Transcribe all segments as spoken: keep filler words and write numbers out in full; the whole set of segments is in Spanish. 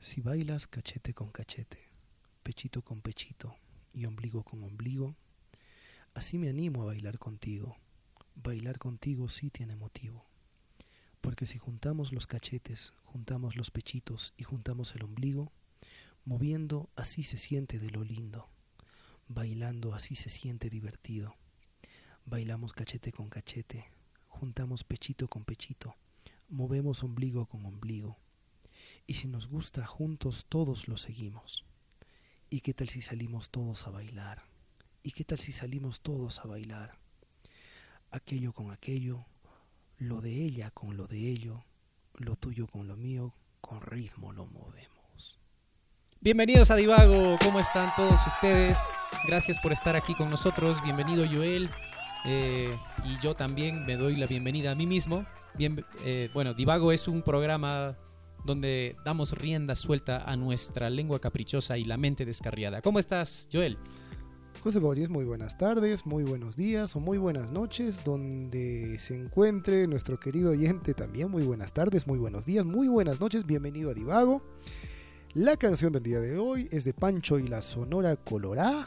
Si bailas cachete con cachete, pechito con pechito y ombligo con ombligo, así me animo a bailar contigo. Bailar contigo sí tiene motivo. Porque si juntamos los cachetes, juntamos los pechitos y juntamos el ombligo, moviendo así se siente de lo lindo. Bailando así se siente divertido. Bailamos cachete con cachete, juntamos pechito con pechito, movemos ombligo con ombligo. Y si nos gusta, juntos todos lo seguimos. ¿Y qué tal si salimos todos a bailar? ¿Y qué tal si salimos todos a bailar? Aquello con aquello, lo de ella con lo de ello, lo tuyo con lo mío, con ritmo lo movemos. Bienvenidos a Divago, ¿cómo están todos ustedes? Gracias por estar aquí con nosotros, bienvenido Joel, eh, y yo también me doy la bienvenida a mí mismo. Bien, eh, bueno, Divago es un programa donde damos rienda suelta a nuestra lengua caprichosa y la mente descarriada. ¿Cómo estás, Joel? José Boris, muy buenas tardes, muy buenos días o muy buenas noches, donde se encuentre nuestro querido oyente también. Muy buenas tardes, muy buenos días, muy buenas noches, bienvenido a Divago. La canción del día de hoy es de Pancho y la Sonora Colorá,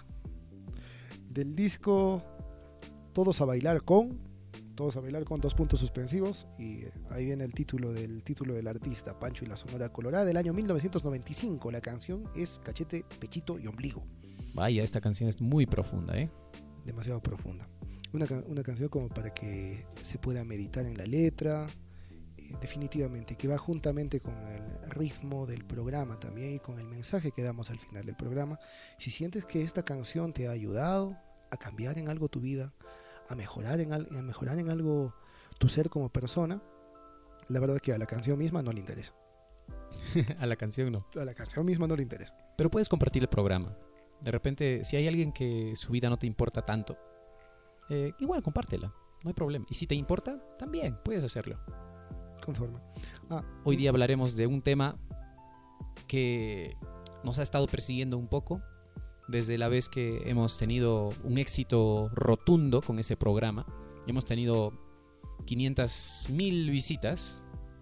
del disco Todos a Bailar Con, Todos a Bailar Con, dos puntos suspensivos, y ahí viene el título del título del artista, Pancho y la Sonora Colorá, del año mil novecientos noventa y cinco. La canción es Cachete, Pechito y Ombligo. Vaya, esta canción es muy profunda, ¿eh? Demasiado profunda. Una, una canción como para que se pueda meditar en la letra, eh, definitivamente, que va juntamente con el ritmo del programa también y con el mensaje que damos al final del programa. Si sientes que esta canción te ha ayudado a cambiar en algo tu vida, a mejorar en, al, a mejorar en algo tu ser como persona, la verdad que a la canción misma no le interesa. A la canción no. A la canción misma no le interesa. Pero puedes compartir el programa. De repente, si hay alguien que su vida no te importa tanto, eh, igual compártela, no hay problema. Y si te importa, también puedes hacerlo. Conforme. Ah, Hoy día hablaremos de un tema que nos ha estado persiguiendo un poco desde la vez que hemos tenido un éxito rotundo con ese programa. Hemos tenido quinientas mil visitas.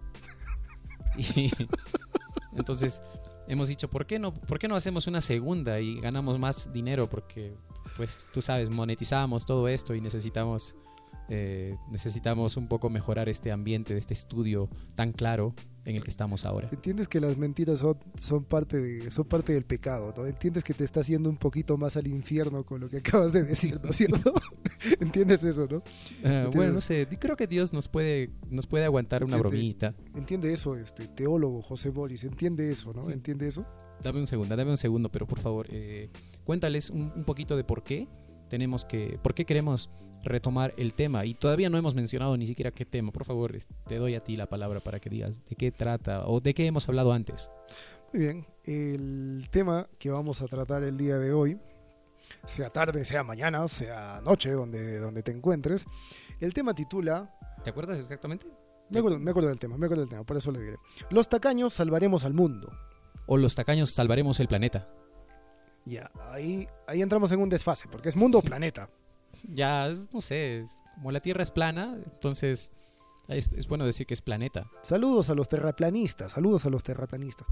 Y entonces hemos dicho, ¿por qué no, por qué no hacemos una segunda y ganamos más dinero? Porque, pues, tú sabes, monetizamos todo esto y necesitamos, eh, necesitamos un poco mejorar este ambiente de este estudio tan claro en el que estamos ahora. Entiendes que las mentiras son, son, parte de, son parte del pecado, ¿no? Entiendes que te estás yendo un poquito más al infierno con lo que acabas de decir, ¿no es cierto? ¿Entiendes eso, no? Uh, bueno, no sé, creo que Dios nos puede, nos puede aguantar entiende, una bromita. Entiende eso, este teólogo José Boris, entiende eso, ¿no? ¿Entiende eso? Dame un segundo, dame un segundo, pero por favor, eh, cuéntales un, un poquito de por qué tenemos que, por qué queremos retomar el tema, y todavía no hemos mencionado ni siquiera qué tema. Por favor, te doy a ti la palabra para que digas de qué trata o de qué hemos hablado antes. Muy bien, el tema que vamos a tratar el día de hoy, sea tarde, sea mañana, sea noche, donde, donde te encuentres, el tema titula... ¿Te acuerdas exactamente? Me acuerdo, me acuerdo del tema, me acuerdo del tema, por eso le diré. Los tacaños salvaremos al mundo. O los tacaños salvaremos el planeta. Ya, ahí, ahí entramos en un desfase, porque es mundo o planeta. Ya, no sé, es, como la Tierra es plana, entonces es, es bueno decir que es planeta. Saludos a los terraplanistas, saludos a los terraplanistas.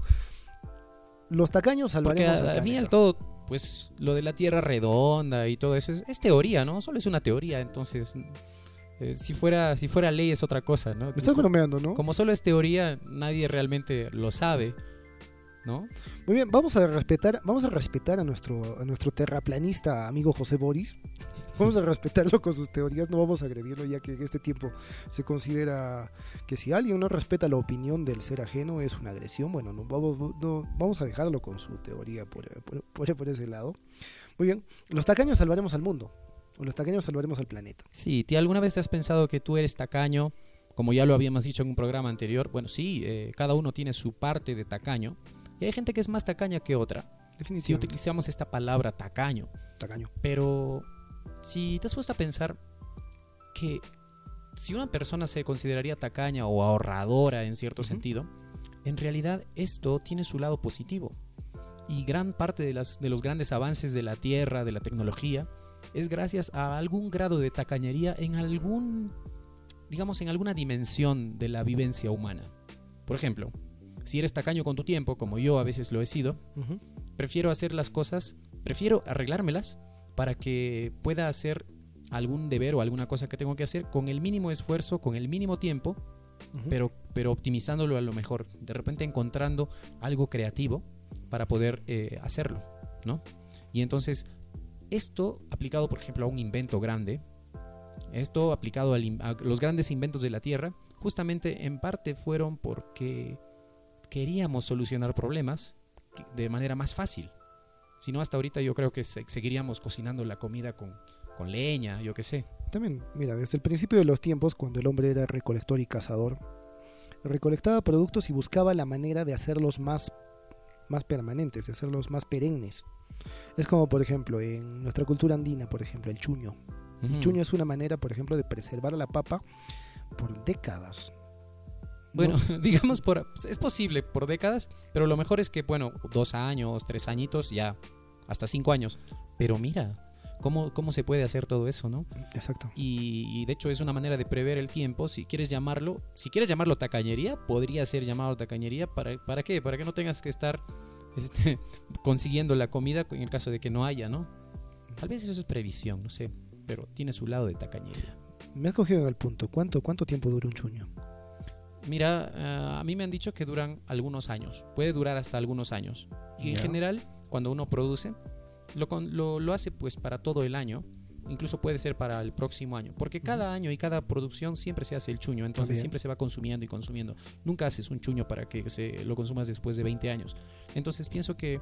Los tacaños salvaremos Porque a, al planeta. a mí al todo, pues lo de la Tierra redonda y todo eso es, es teoría, ¿no? Solo es una teoría, entonces eh, si fuera si fuera ley es otra cosa, ¿no? Me estás bromeando, ¿no? Como solo es teoría, nadie realmente lo sabe, ¿no? Muy bien, vamos a respetar, vamos a respetar a nuestro, a nuestro terraplanista amigo José Boris. Vamos a respetarlo con sus teorías, no vamos a agredirlo, ya que en este tiempo se considera que si alguien no respeta la opinión del ser ajeno es una agresión. Bueno, no vamos, no, vamos a dejarlo con su teoría por, por, por, por ese lado. Muy bien, los tacaños salvaremos al mundo, o los tacaños salvaremos al planeta. Sí, ¿tú alguna vez te has pensado que tú eres tacaño? Como ya lo habíamos dicho en un programa anterior. Bueno, sí, eh, cada uno tiene su parte de tacaño. Y hay gente que es más tacaña que otra. Si utilizamos esta palabra tacaño. Tacaño. Pero si te has puesto a pensar que si una persona se consideraría tacaña o ahorradora en cierto uh-huh. sentido, en realidad esto tiene su lado positivo. Y gran parte de, las, de los grandes avances de la Tierra, de la tecnología, es gracias a algún grado de tacañería en algún, digamos, en alguna dimensión de la vivencia humana. Por ejemplo, si eres tacaño con tu tiempo, como yo a veces lo he sido, Ujú. prefiero hacer las cosas, prefiero arreglármelas para que pueda hacer algún deber o alguna cosa que tengo que hacer con el mínimo esfuerzo, con el mínimo tiempo, Ujú. pero, pero optimizándolo a lo mejor. De repente encontrando algo creativo para poder eh, hacerlo, ¿no? Y entonces, esto aplicado, por ejemplo, a un invento grande, esto aplicado al in- a los grandes inventos de la Tierra, justamente en parte fueron porque queríamos solucionar problemas que- de manera más fácil. Si no, hasta ahorita yo creo que se- seguiríamos cocinando la comida con, con leña, yo qué sé. También, mira, desde el principio de los tiempos, cuando el hombre era recolector y cazador, recolectaba productos y buscaba la manera de hacerlos más, más permanentes, de hacerlos más perennes. Es como, por ejemplo, en nuestra cultura andina, por ejemplo, el chuño. El Ujú. chuño es una manera, por ejemplo, de preservar la papa por décadas. Bueno, ¿no? digamos, por, es posible por décadas, pero lo mejor es que, bueno, dos años, tres añitos, ya, hasta cinco años. Pero mira, ¿cómo, cómo se puede hacer todo eso, no? Exacto. Y, y de hecho es una manera de prever el tiempo. Si quieres llamarlo, si quieres llamarlo tacañería, podría ser llamado tacañería. ¿Para, para qué? Para que no tengas que estar este, consiguiendo la comida en el caso de que no haya, ¿no? Tal vez eso es previsión, no sé, pero tiene su lado de tacañería. Me has cogido en el punto. ¿Cuánto, cuánto tiempo dura un chuño? Mira, uh, a mí me han dicho que duran algunos años. Puede durar hasta algunos años. Y en Ya. general, cuando uno produce, lo, con, lo, lo hace pues para todo el año. Incluso puede ser para el próximo año. Porque cada Ujú. año y cada producción siempre se hace el chuño. Entonces También. siempre se va consumiendo y consumiendo. Nunca haces un chuño para que se lo consumas después de veinte años. Entonces pienso que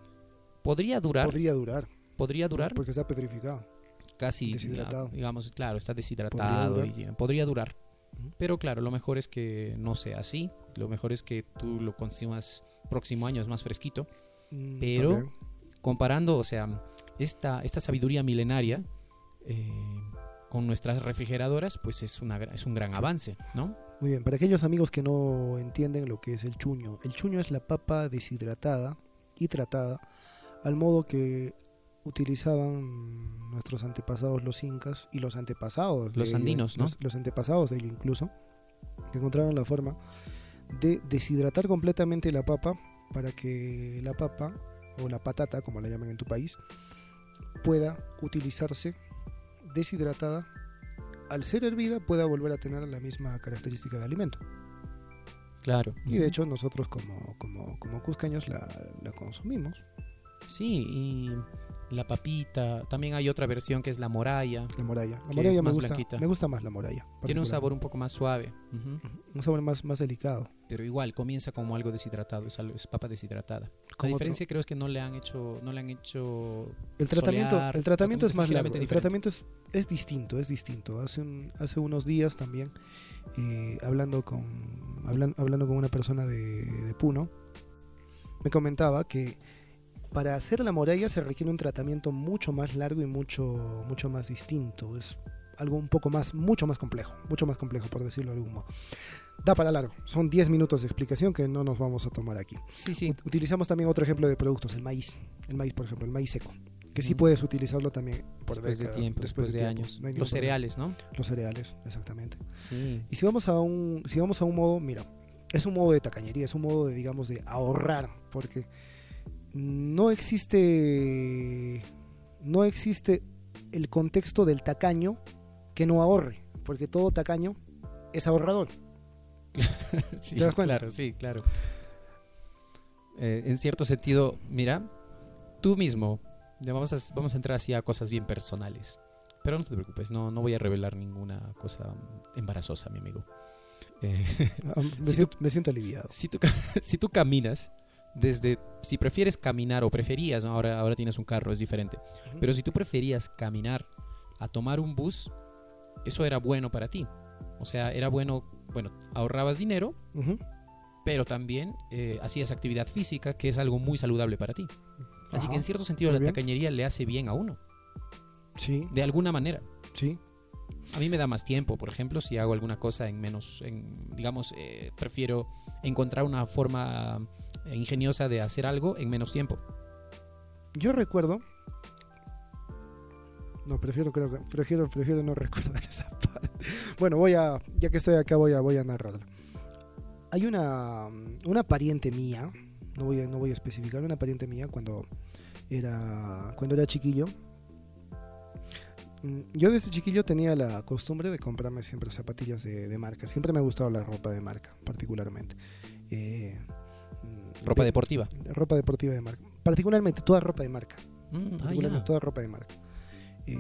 podría durar. Podría durar. Podría durar Porque está petrificado. casi, deshidratado. digamos, claro, está Podría deshidratado. durar. Y, podría durar. Ujú. Pero claro, lo mejor es que no sea así. Lo mejor es que tú lo consumas próximo año, es más fresquito. Mm, Pero también. comparando, o sea, esta, esta sabiduría milenaria eh, con nuestras refrigeradoras, pues es, una, gra- es un gran Sí. avance, ¿no? Muy bien, para aquellos amigos que no entienden lo que es el chuño, el chuño es la papa deshidratada y tratada al modo que utilizaban nuestros antepasados los incas y los antepasados de Los ello, andinos, ¿no? los, los antepasados de ello incluso, que encontraron la forma de deshidratar completamente la papa para que la papa o la patata, como la llaman en tu país, pueda utilizarse deshidratada. Al ser hervida pueda volver a tener la misma característica de alimento. Claro. Y de hecho nosotros como, como, como cusqueños la, la consumimos. Sí, y la papita, también hay otra versión que es la moraya. La moraya. La Que moraya es me más gusta, blanquita. me gusta más la moraya. Tiene un particularmente. sabor un poco más suave. Ujú. Un sabor más, más delicado. Pero igual, comienza como algo deshidratado, es, algo- es papa deshidratada. La Como diferencia creo es que no le han hecho, no le han hecho El tratamiento, solear, el tratamiento o es más largo. ligeramente El diferente. tratamiento es, es distinto, es distinto. Hace, un, hace unos días también, eh, hablando, con, hablan- hablando con una persona de, de Puno, me comentaba que para hacer la moralla se requiere un tratamiento mucho más largo y mucho, mucho más distinto. Es algo un poco más, mucho más complejo, mucho más complejo por decirlo de algún modo. Da para largo, son diez minutos de explicación que no nos vamos a tomar aquí. Sí, sí. Ut- Utilizamos también otro ejemplo de productos, el maíz. El maíz, por ejemplo, el maíz seco. Que sí Ujú. puedes utilizarlo también por Después de décadas, tiempo, después, de, tiempo. años. No hay ningún Los problema. cereales, ¿no? Los cereales, exactamente. Sí. Y si vamos a un, si vamos a un modo, mira, es un modo de tacañería, es un modo de, digamos, de ahorrar, porque no existe, no existe el contexto del tacaño que no ahorre, porque todo tacaño es ahorrador. Sí, ¿Te das cuenta? claro, sí, claro. Eh, en cierto sentido, mira, tú mismo, ya vamos a, vamos a entrar así a cosas bien personales. Pero no te preocupes, no, no voy a revelar ninguna cosa embarazosa, mi amigo. Eh, Ah, Me, Si siento, me siento aliviado. si, tú, ca- si tú caminas, desde, si prefieres caminar o preferías, ¿no? ahora, ahora tienes un carro, es diferente, Ujú. pero si tú preferías caminar a tomar un bus, eso era bueno para ti. O sea, era bueno, bueno, ahorrabas dinero, Ujú. pero también eh, hacías actividad física, que es algo muy saludable para ti. Así Ajá. que en cierto sentido Muy la bien. tacañería le hace bien a uno, Sí, de alguna manera. sí. A mí me da más tiempo, por ejemplo, si hago alguna cosa en menos, en, digamos, eh, prefiero encontrar una forma eh, ingeniosa de hacer algo en menos tiempo. Yo recuerdo. No, prefiero, creo que, prefiero, prefiero no recordar esa parte. Bueno, voy a, ya que estoy acá, voy a, voy a narrarla. hay una, una pariente mía, no voy a, no voy a especificar, una pariente mía cuando era, cuando era chiquillo. Yo desde chiquillo tenía la costumbre de comprarme siempre zapatillas de, de marca. Siempre me ha gustado la ropa de marca, particularmente. Eh, ¿Ropa de, deportiva? Ropa deportiva de marca. Particularmente toda ropa de marca. Mm, particularmente ah, ya. toda ropa de marca. Eh,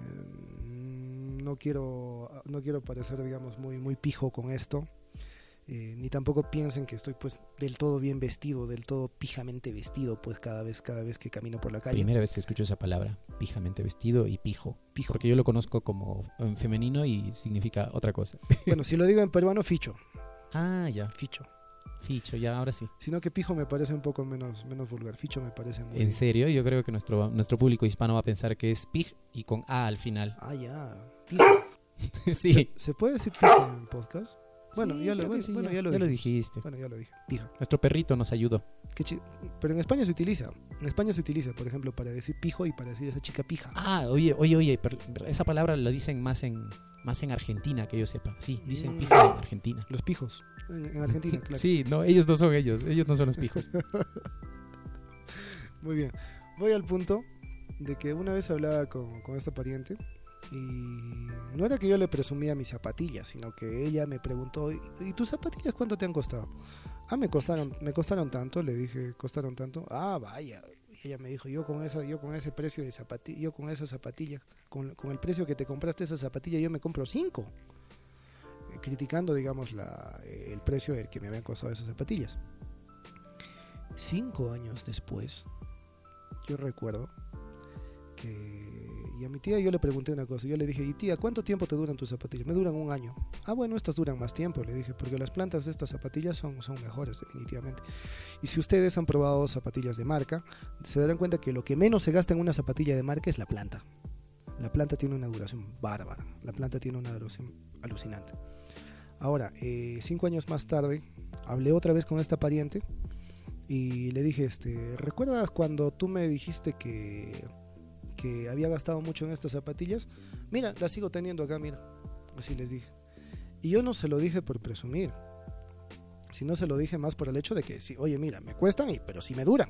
no quiero no quiero parecer, digamos, muy muy pijo con esto. Eh, ni tampoco piensen que estoy pues del todo bien vestido, del todo pijamente vestido, pues cada vez cada vez que camino por la calle. Primera vez que escucho esa palabra, pijamente vestido y pijo. Pijo. Porque yo lo conozco como en femenino y significa otra cosa. Bueno, si lo digo en peruano, ficho. Ah, ya. Ficho. Ficho, ya, ahora sí. Sino que pijo me parece un poco menos, menos vulgar. Ficho me parece muy... En serio, yo creo que nuestro, nuestro público hispano va a pensar que es pig y con A al final. Ah, ya. Pijo. Sí. ¿Se, ¿Se puede decir pijo en podcast? Bueno, Sí, ya, lo, creo que bueno, sí, bueno, ya, ya lo ya lo dijiste. dijiste. Bueno, ya lo dije. Pijo. Nuestro perrito nos ayudó. Qué chi- Pero en España se utiliza. En España se utiliza, por ejemplo, para decir pijo y para decir esa chica pija. Ah, oye, oye, oye, pero esa palabra la dicen más en más en Argentina, que yo sepa. Sí, dicen Mm. pijo en Argentina. Los pijos. En, en Argentina, claro. Sí, no, ellos no son ellos, ellos no son los pijos. Muy bien. Voy al punto de que una vez hablaba con, con esta pariente y no era que yo le presumía mis zapatillas, sino que ella me preguntó, ¿y y tus zapatillas cuánto te han costado? Ah, me costaron, me costaron tanto, le dije, ¿costaron tanto? Ah, vaya. Y ella me dijo, yo con esa, yo con ese precio de zapatilla, yo con esa zapatilla, con, con el precio que te compraste esa zapatilla, yo me compro cinco. Eh, criticando, digamos, la, eh, el precio del que me habían costado esas zapatillas. Cinco años después, yo recuerdo que... Y a mi tía yo le pregunté una cosa. Yo le dije, y tía, ¿cuánto tiempo te duran tus zapatillas? Me duran un año. Ah, bueno, estas duran más tiempo, le dije, porque las plantas de estas zapatillas son, son mejores, definitivamente. Y si ustedes han probado zapatillas de marca, se darán cuenta que lo que menos se gasta en una zapatilla de marca es la planta. La planta tiene una duración bárbara. La planta tiene una duración alucinante. Ahora, eh, cinco años más tarde, hablé otra vez con esta pariente y le dije, este, ¿recuerdas cuando tú me dijiste que... que había gastado mucho en estas zapatillas? Mira, las sigo teniendo acá, mira. Así les dije. Y yo no se lo dije por presumir, sino se lo dije más por el hecho de que, sí, oye, mira, me cuestan, pero sí me duran.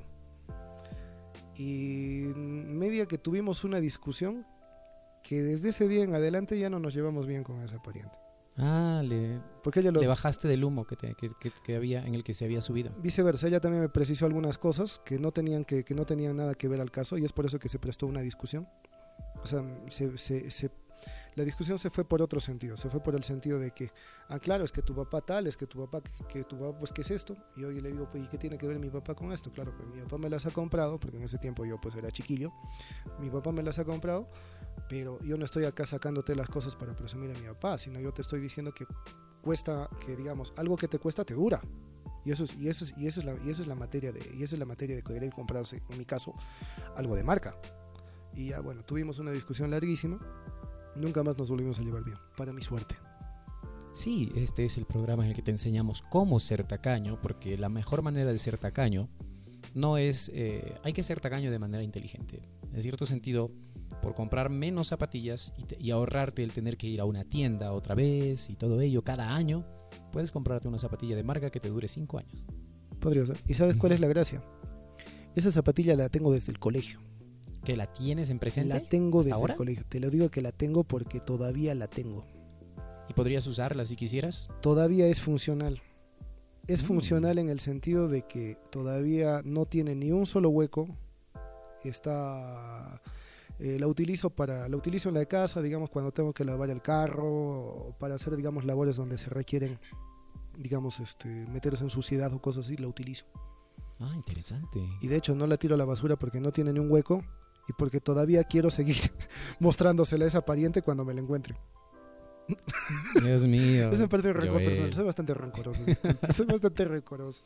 Y media que tuvimos una discusión que desde ese día en adelante ya no nos llevamos bien con esa pariente. Ah, le, Porque ella lo... le bajaste del humo que, te, que, que, que había en el que se había subido. Viceversa, ella también me precisó algunas cosas que no tenían que, que no tenían nada que ver al caso, y es por eso que se prestó una discusión. O sea, se, se, se, la discusión se fue por otro sentido, se fue por el sentido de que, ah, claro, es que tu papá tal, es que tu papá, que, que tu papá, pues, ¿qué es esto? Y yo le digo, pues, ¿y qué tiene que ver mi papá con esto? Claro, pues mi papá me las ha comprado, porque en ese tiempo yo, pues, era chiquillo, mi papá me las ha comprado, pero yo no estoy acá sacándote las cosas para presumir a mi papá, sino yo te estoy diciendo que cuesta, que digamos, algo que te cuesta te dura. Y eso es, y eso es, y eso es la, y esa es la materia de, y esa es la materia de querer comprarse, en mi caso, algo de marca. Y ya, bueno, tuvimos una discusión larguísima. Nunca más nos volvimos a llevar bien, para mi suerte. Sí, este es el programa en el que te enseñamos cómo ser tacaño, porque la mejor manera de ser tacaño no es... Eh, hay que ser tacaño de manera inteligente. En cierto sentido, por comprar menos zapatillas y, te, y ahorrarte el tener que ir a una tienda otra vez y todo ello cada año, puedes comprarte una zapatilla de marca que te dure cinco años. Podría ser. ¿Y sabes cuál es la gracia? Esa zapatilla la tengo desde el colegio. ¿Que la tienes en presente? La tengo desde ¿Ahora? el colegio. Te lo digo que la tengo porque todavía la tengo. ¿Y podrías usarla si quisieras? Todavía es funcional. Es Mm. funcional en el sentido de que todavía no tiene ni un solo hueco. Está... Eh, la utilizo para la utilizo en la casa, digamos, cuando tengo que lavar el carro, o para hacer, digamos, labores donde se requieren, digamos, este, meterse en suciedad o cosas así, la utilizo. Ah, interesante. Y de hecho no la tiro a la basura porque no tiene ni un hueco y porque todavía quiero seguir mostrándosela a esa pariente cuando me la encuentre. Dios mío. Es en parte de Joel. rencor personal, soy bastante rencoroso. Soy bastante rencoroso.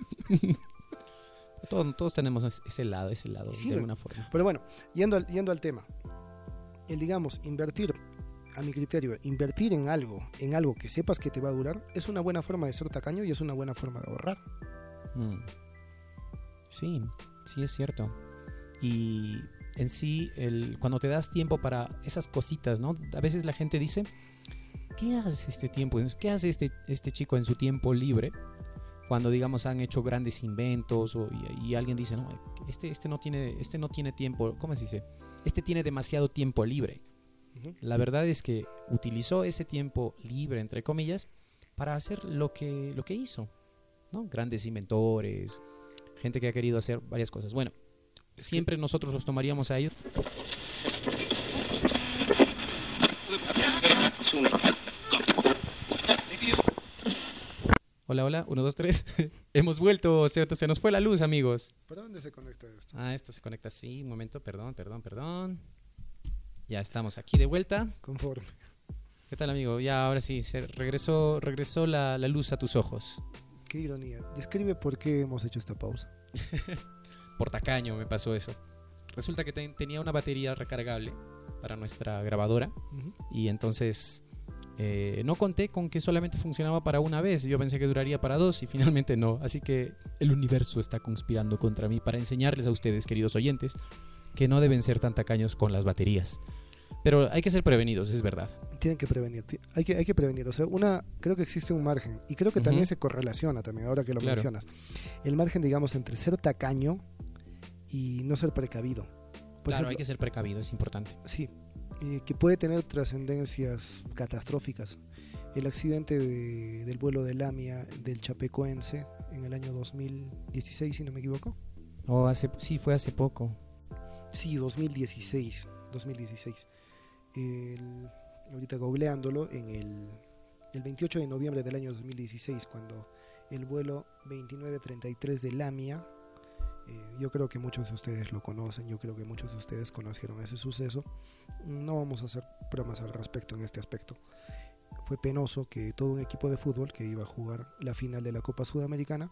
Todos, todos tenemos ese lado, ese lado, Sí, de alguna forma. Pero bueno, yendo al, yendo al tema, el, digamos, invertir, a mi criterio, invertir en algo, en algo que sepas que te va a durar, es una buena forma de ser tacaño y es una buena forma de ahorrar. Mm. Sí, sí es cierto. Y en sí, el, cuando te das tiempo para esas cositas, ¿no? A veces la gente dice, ¿qué hace este tiempo? ¿Qué hace este, este chico en su tiempo libre? cuando digamos han hecho grandes inventos o, y, y alguien dice, no, este, este, no tiene, este no tiene tiempo, ¿cómo se dice? Este tiene demasiado tiempo libre. Uh-huh. La verdad es que utilizó ese tiempo libre, entre comillas, para hacer lo que, lo que hizo, ¿no? Grandes inventores, gente que ha querido hacer varias cosas. Bueno, es siempre que... nosotros los tomaríamos a ellos. Hola, hola, uno, dos, tres. Hemos vuelto, se, se nos fue la luz, amigos. ¿Para dónde se conecta esto? Ah, esto se conecta así, un momento, perdón, perdón, perdón. Ya estamos aquí de vuelta. Conforme. ¿Qué tal, amigo? Ya, ahora sí, se regresó, regresó la, la luz a tus ojos. Qué ironía. Describe por qué hemos hecho esta pausa. Por tacaño me pasó eso. Resulta que ten, tenía una batería recargable para nuestra grabadora. Uh-huh. Y entonces... Eh, no conté con que solamente funcionaba para una vez. Yo pensé que duraría para dos y finalmente no. Así que el universo está conspirando contra mí para enseñarles a ustedes, queridos oyentes, que no deben ser tan tacaños con las baterías. Pero hay que ser prevenidos, es verdad. Tienen que prevenir, hay que, hay que prevenir. O sea, una, creo que existe un margen y creo que también uh-huh. se correlaciona también, ahora que lo claro. mencionas. El margen, digamos, entre ser tacaño y no ser precavido. Por claro, ejemplo, hay que ser precavido, es importante. Sí. Eh, que puede tener trascendencias catastróficas. El accidente de, del vuelo de Lamia del Chapecoense en el año dos mil dieciséis, si no me equivoco. Oh, hace, sí, fue hace poco. Sí, dos mil dieciséis. dos mil dieciséis. El, ahorita googleándolo, en el, el veintiocho de noviembre del año dos mil dieciséis, cuando el vuelo veintinueve treinta y tres de Lamia, eh, yo creo que muchos de ustedes lo conocen, yo creo que muchos de ustedes conocieron ese suceso. No vamos a hacer bromas al respecto en este aspecto. Fue penoso que todo un equipo de fútbol que iba a jugar la final de la Copa Sudamericana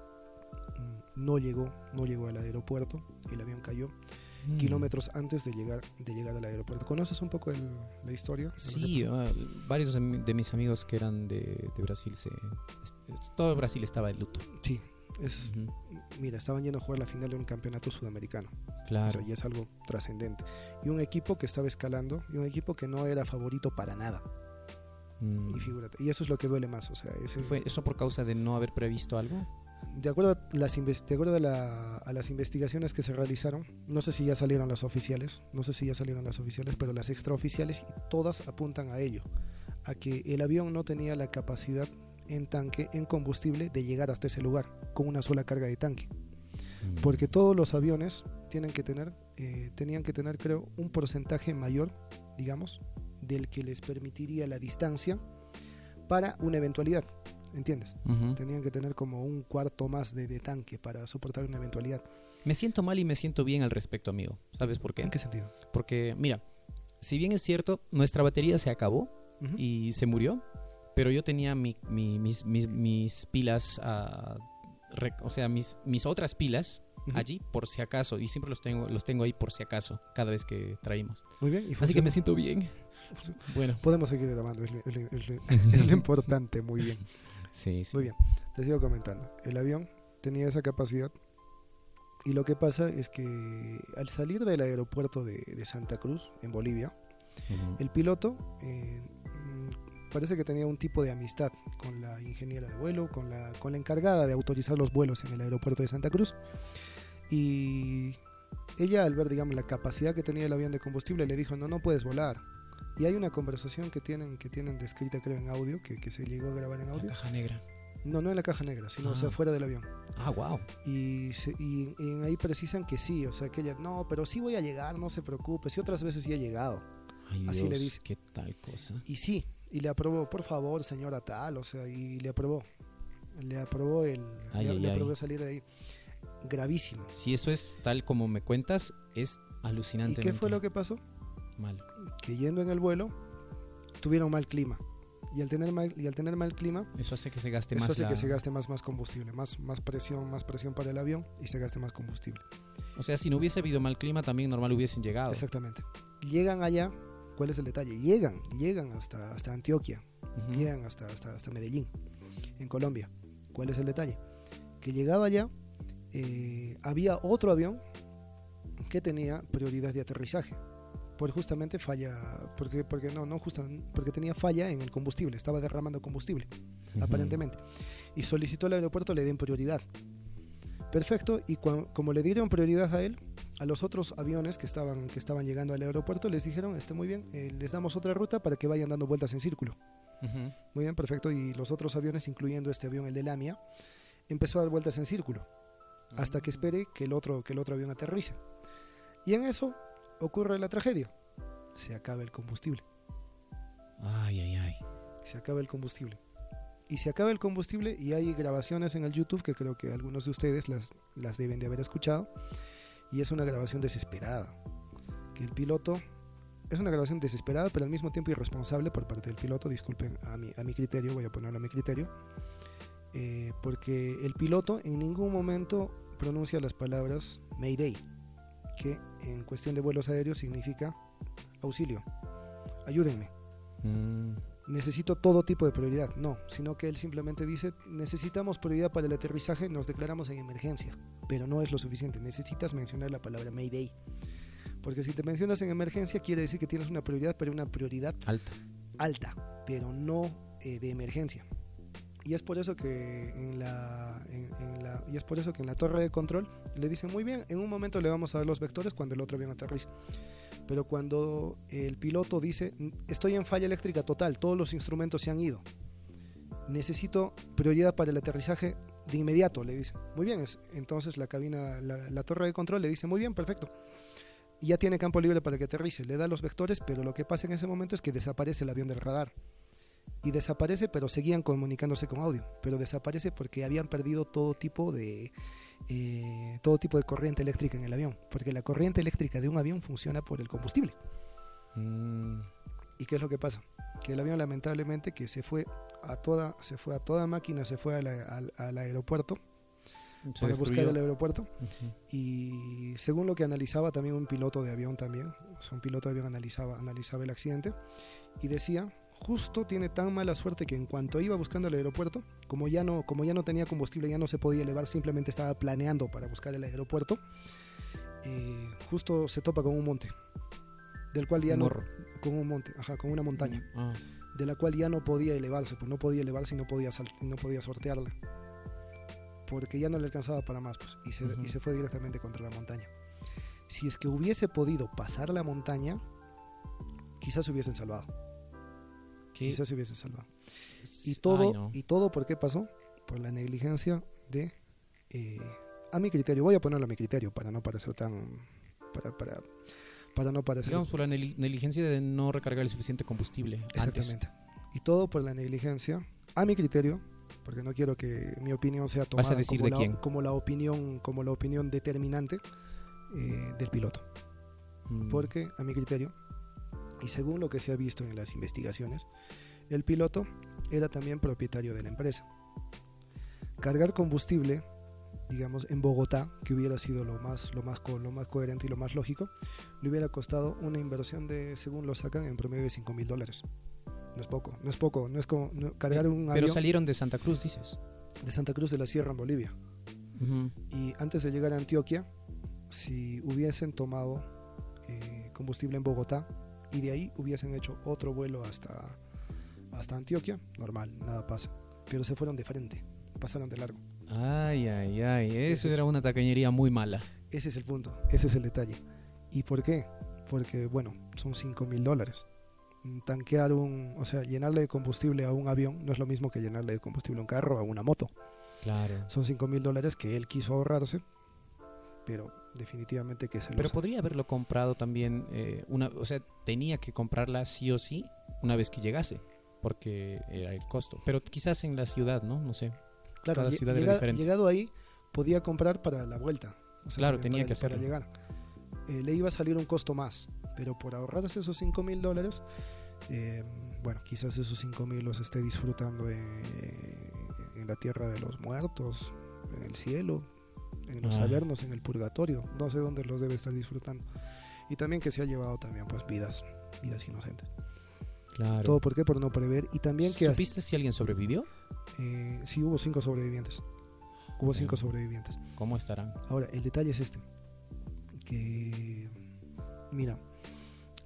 no llegó, no llegó al aeropuerto. El avión cayó mm. kilómetros antes de llegar, de llegar al aeropuerto. ¿Conoces un poco el, la historia? Sí, uh, varios de mis amigos que eran de, de Brasil, se, todo Brasil estaba de luto. Sí. Es, uh-huh. Mira, estaban yendo a jugar la final de un campeonato sudamericano. Claro. O sea, y es algo trascendente. Y un equipo que estaba escalando y un equipo que no era favorito para nada. Mm. Y figúrate, y eso es lo que duele más. O sea, ese, ¿Fue eso por causa de no haber previsto algo? De acuerdo a las, de acuerdo a, la, a las investigaciones que se realizaron, no sé si ya salieron las oficiales, no sé si ya salieron las oficiales, pero las extraoficiales, y todas apuntan a ello, a que el avión no tenía la capacidad en tanque, en combustible, de llegar hasta ese lugar con una sola carga de tanque, porque todos los aviones tienen que tener eh, tenían que tener, creo, un porcentaje mayor, digamos, del que les permitiría la distancia para una eventualidad, ¿entiendes? Uh-huh. Tenían que tener como un cuarto más de, de tanque para soportar una eventualidad. Me siento mal y me siento bien al respecto, amigo. ¿Sabes por qué? ¿En qué sentido? Porque, mira, si bien es cierto, nuestra batería se acabó uh-huh. y se murió, pero yo tenía mi, mi, mis, mis, mis pilas, uh, rec, o sea, mis, mis otras pilas uh-huh. allí por si acaso, y siempre los tengo, los tengo ahí por si acaso, cada vez que traímos. Muy bien. ¿Y así que me siento bien. Bueno, podemos seguir grabando, es lo, es lo, es lo, es lo importante, muy bien. Sí, sí. Muy bien, te sigo comentando. El avión tenía esa capacidad y lo que pasa es que al salir del aeropuerto de, de Santa Cruz, en Bolivia, uh-huh. el piloto... Eh, parece que tenía un tipo de amistad con la ingeniera de vuelo, con la, con la encargada de autorizar los vuelos en el aeropuerto de Santa Cruz. Y ella, al ver, digamos, la capacidad que tenía el avión de combustible, le dijo, no, no puedes volar. Y hay una conversación que tienen, que tienen descrita, creo, en audio, que, que se llegó a grabar en audio. La caja negra. No, no en la caja negra, sino ah. o sea, fuera del avión. Ah, wow. Y, se, y, y ahí precisan que sí, o sea, que ella, no, pero sí voy a llegar, no se preocupe, sí otras veces sí he llegado. Ay, así Dios, le dice. Qué tal cosa. Y sí. Y le aprobó, por favor, señora tal, o sea, y le aprobó. Le aprobó el ay, le, ay, le aprobó ay. salir de ahí. Gravísimo. Si eso es tal como me cuentas, es alucinante. ¿Y qué fue lo que pasó? Mal. Que yendo en el vuelo, tuvieron mal clima. Y al tener mal, y al tener mal clima, eso hace que se gaste eso más hace la... que se gaste más, más combustible, más, más presión, más presión para el avión y se gaste más combustible. O sea, si no hubiese habido mal clima, también normal hubiesen llegado. Exactamente. Llegan allá. ¿Cuál es el detalle? Llegan, llegan hasta, hasta Antioquia, uh-huh. llegan hasta, hasta, hasta Medellín, en Colombia. ¿Cuál es el detalle? Que llegado allá, eh, había otro avión que tenía prioridad de aterrizaje. por justamente falla, porque, porque no, no justa, porque tenía falla en el combustible, estaba derramando combustible, uh-huh. aparentemente, y solicitó al aeropuerto le den prioridad. Perfecto, y cu- como le dieron prioridad a él, a los otros aviones que estaban, que estaban llegando al aeropuerto les dijeron, este, muy bien, eh, les damos otra ruta para que vayan dando vueltas en círculo. Uh-huh. Muy bien, perfecto, y los otros aviones, incluyendo este avión, el de Lamia, empezó a dar vueltas en círculo, uh-huh. hasta que espere que el otro, que el otro avión aterrice. Y en eso ocurre la tragedia, se acaba el combustible. Ay, ay, ay. Se acaba el combustible. Y se acaba el combustible y hay grabaciones en el YouTube que creo que algunos de ustedes las, las deben de haber escuchado. Y es una grabación desesperada. Que el piloto... Es una grabación desesperada, pero al mismo tiempo irresponsable por parte del piloto. Disculpen, a mi, a mi criterio, voy a ponerlo a mi criterio. Eh, porque el piloto en ningún momento pronuncia las palabras Mayday, que en cuestión de vuelos aéreos significa auxilio, ayúdenme. Mm. Necesito todo tipo de prioridad. No, sino que él simplemente dice, necesitamos prioridad para el aterrizaje, nos declaramos en emergencia, pero no es lo suficiente, necesitas mencionar la palabra Mayday, porque si te mencionas en emergencia quiere decir que tienes una prioridad, pero una prioridad alta, alta pero no eh, de emergencia. Y es por eso que en la, en, en la y es por eso que en la torre de control le dicen, muy bien, en un momento le vamos a dar los vectores cuando el otro avión aterriza. Pero cuando el piloto dice, estoy en falla eléctrica total, todos los instrumentos se han ido, necesito prioridad para el aterrizaje de inmediato, le dice. Muy bien, es, entonces la cabina, la, la torre de control le dice, muy bien, perfecto, y ya tiene campo libre para que aterrice, le da los vectores, pero lo que pasa en ese momento es que desaparece el avión del radar. Y desaparece, pero seguían comunicándose con audio, pero desaparece porque habían perdido todo tipo de eh, todo tipo de corriente eléctrica en el avión, porque la corriente eléctrica de un avión funciona por el combustible. Mm. ¿Y qué es lo que pasa? Que el avión, lamentablemente, que se fue a toda se fue a toda máquina, se fue a la, al, al aeropuerto se para destruyó. buscar el aeropuerto. Uh-huh. Y según lo que analizaba también un piloto de avión también, o sea, un piloto de avión analizaba analizaba el accidente y decía, justo tiene tan mala suerte que en cuanto iba buscando el aeropuerto, como ya no, como ya no tenía combustible, ya no se podía elevar, simplemente estaba planeando para buscar el aeropuerto, eh, justo se topa con un monte, del cual ya un no, morro. con un monte, ajá, con una montaña, ah. de la cual ya no podía elevarse, pues no podía elevarse y no podía, sal- y no podía sortearla, porque ya no le alcanzaba para más, pues, y se, uh-huh. y se fue directamente contra la montaña. Si es que hubiese podido pasar la montaña, quizás se hubiesen salvado. ¿Qué? Quizás se hubiese salvado. Y todo, Ay, no. y todo ¿por qué pasó? Por la negligencia de, eh, a mi criterio, voy a ponerlo a mi criterio para no parecer tan, para, para, para no parecer. Digamos por la negligencia de no recargar el suficiente combustible. Exactamente. Antes. Y todo por la negligencia, a mi criterio, porque no quiero que mi opinión sea tomada ¿Vas a decir como, de la, quién? como la opinión, como la opinión determinante eh, del piloto. Mm. Porque a mi criterio, y según lo que se ha visto en las investigaciones, el piloto era también propietario de la empresa. Cargar combustible, digamos, en Bogotá, que hubiera sido lo más, lo más, co- lo más coherente y lo más lógico, le hubiera costado una inversión de, según lo sacan, en promedio de cinco mil dólares. No es poco, no es poco, no es como no, cargar un Pero avión. Pero salieron de Santa Cruz, dices. De Santa Cruz de la Sierra, en Bolivia. Uh-huh. Y antes de llegar a Antioquia, si hubiesen tomado eh, combustible en Bogotá, y de ahí hubiesen hecho otro vuelo hasta, hasta Antioquia, normal, nada pasa. Pero se fueron de frente, pasaron de largo. Ay, ay, ay, eso ese era es, una tacañería muy mala. Ese es el punto, ese es el detalle. ¿Y por qué? Porque, bueno, son cinco mil dólares. Tanquear un, o sea, llenarle de combustible a un avión no es lo mismo que llenarle de combustible a un carro o a una moto. Claro. Son cinco mil dólares que él quiso ahorrarse, pero definitivamente que se lo Pero usa. podría haberlo comprado también, eh, una, o sea, tenía que comprarla sí o sí una vez que llegase, porque era el costo. Pero quizás en la ciudad, ¿no? No sé. Claro, cada ciudad llega, era diferente. Llegado ahí, podía comprar para la vuelta. O sea, claro, tenía para, que hacerlo. Para llegar. Eh, le iba a salir un costo más, pero por ahorrarse esos cinco mil dólares, eh, bueno, quizás esos cinco mil los esté disfrutando en, en la tierra de los muertos, en el cielo, en los ah. avernos, en el purgatorio, no sé dónde los debe estar disfrutando. Y también que se ha llevado también pues vidas, vidas inocentes. Claro. ¿Todo por qué? Por no prever. Y también que ¿supiste hasta, si alguien sobrevivió? Eh, sí, hubo cinco sobrevivientes. Hubo cinco sí. sobrevivientes. ¿Cómo estarán? Ahora, el detalle es este. Que, mira,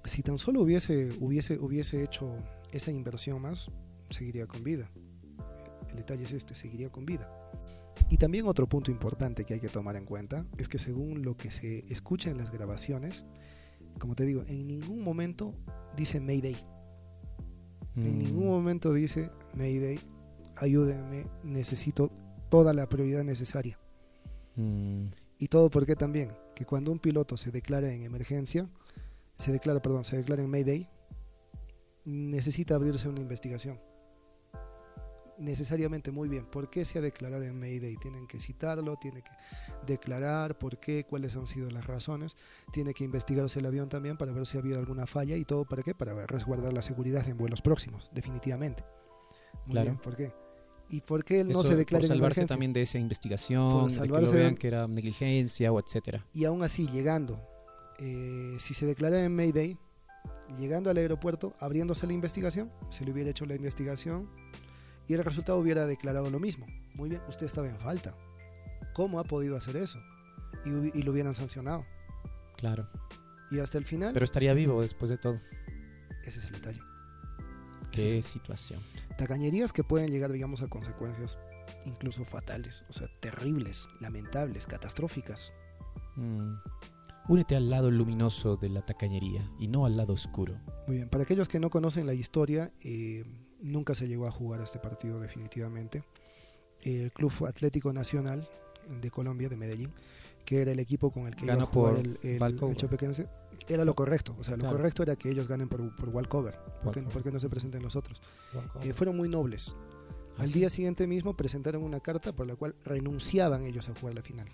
si tan solo hubiese, hubiese, hubiese hecho esa inversión más, seguiría con vida. El detalle es este, seguiría con vida. Y también otro punto importante que hay que tomar en cuenta es que según lo que se escucha en las grabaciones, como te digo, en ningún momento dice Mayday. Mm. En ningún momento dice Mayday, ayúdenme, necesito toda la prioridad necesaria. Mm. Y todo porque también, que cuando un piloto se declara en emergencia, se declara, perdón, se declara en Mayday, necesita abrirse una investigación. Necesariamente, muy bien. ¿Por qué se ha declarado en Mayday? Tienen que citarlo, tiene que declarar por qué, cuáles han sido las razones. Tiene que investigarse el avión también para ver si ha habido alguna falla y todo. ¿Para qué? Para resguardar la seguridad en vuelos próximos, definitivamente. Muy claro. bien, ¿por qué? ¿Y por qué él Eso, no se declara por en salvarse emergencia? También de esa investigación, de que lo vean que era negligencia o etcétera. Y aún así, llegando, eh, si se declara en Mayday, llegando al aeropuerto, abriéndose la investigación, se le hubiera hecho la investigación y el resultado hubiera declarado lo mismo. Muy bien, usted estaba en falta. ¿Cómo ha podido hacer eso? Y, y lo hubieran sancionado. Claro. Y hasta el final... Pero estaría vivo después de todo. Ese es el detalle. Qué es situación. Tacañerías que pueden llegar, digamos, a consecuencias incluso fatales, o sea, terribles, lamentables, catastróficas. Mm. Únete al lado luminoso de la tacañería y no al lado oscuro. Muy bien, para aquellos que no conocen la historia, eh, nunca se llegó a jugar este partido definitivamente. El Club Atlético Nacional de Colombia, de Medellín, que era el equipo con el que Ganó iba a jugar por el, el, Valcover. el Chapecoense, era lo correcto. O sea, lo claro. correcto era que ellos ganen por, por walkover. ¿Por qué, ¿Por qué no se presenten los otros? Eh, fueron muy nobles. ¿Ah, Al sí? día siguiente mismo presentaron una carta por la cual renunciaban ellos a jugar la final.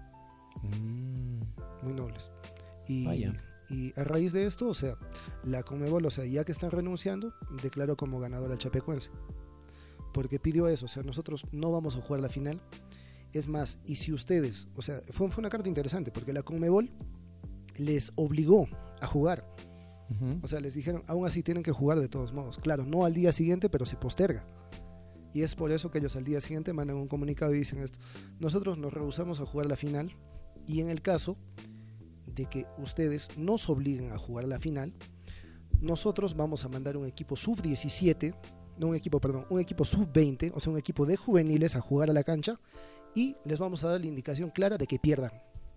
Mm. Muy nobles. Y, Vaya. y a raíz de esto, o sea, la Conmebol, o sea, ya que están renunciando, declaró como ganador al Chapecoense. Porque pidió eso, o sea, nosotros no vamos a jugar la final. Es más, y si ustedes, o sea, fue, fue una carta interesante, porque la Conmebol les obligó a jugar. Uh-huh. O sea, les dijeron, aún así tienen que jugar de todos modos. Claro, no al día siguiente, pero se posterga. Y es por eso que ellos al día siguiente mandan un comunicado y dicen esto: nosotros nos rehusamos a jugar la final, y en el caso de que ustedes nos obliguen a jugar la final, nosotros vamos a mandar un equipo sub diecisiete, no un equipo, perdón, un equipo sub veinte, o sea, un equipo de juveniles a jugar a la cancha, y les vamos a dar la indicación clara de que pierdan.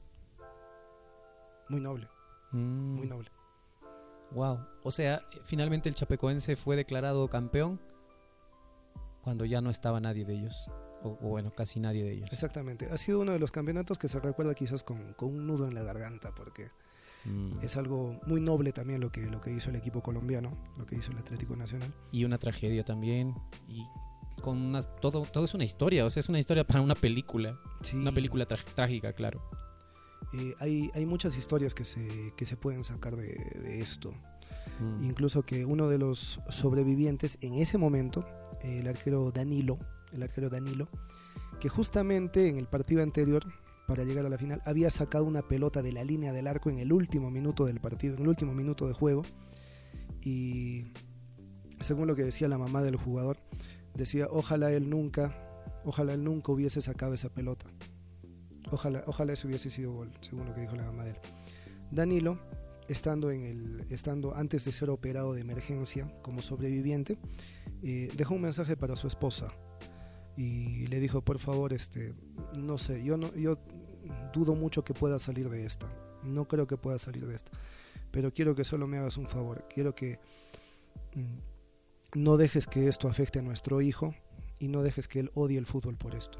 Muy noble, mm. muy noble. Wow, o sea, finalmente el Chapecoense fue declarado campeón cuando ya no estaba nadie de ellos, o, o bueno, casi nadie de ellos. Exactamente, ha sido uno de los campeonatos que se recuerda quizás con, con un nudo en la garganta, porque mm. es algo muy noble también lo que, lo que hizo el equipo colombiano, lo que hizo el Atlético Nacional. Y una tragedia también, y con unas, todo, todo es una historia, o sea, es una historia para una película, sí. Una película tra- trágica, claro. Eh, hay, hay muchas historias que se, que se pueden sacar de, de esto. Mm. Incluso que uno de los sobrevivientes en ese momento, eh, el arquero Danilo, el arquero Danilo, que justamente en el partido anterior, para llegar a la final, había sacado una pelota de la línea del arco en el último minuto del partido, en el último minuto de juego, y según lo que decía la mamá del jugador, decía, ojalá él nunca, ojalá él nunca hubiese sacado esa pelota. Ojalá, ojalá eso hubiese sido gol, según lo que dijo la mamá de él. Danilo, estando, en el, estando antes de ser operado de emergencia como sobreviviente, eh, dejó un mensaje para su esposa y le dijo, por favor, este, no sé, yo, no, yo dudo mucho que pueda salir de esta, no creo que pueda salir de esta, pero quiero que solo me hagas un favor, quiero que mm, no dejes que esto afecte a nuestro hijo y no dejes que él odie el fútbol por esto.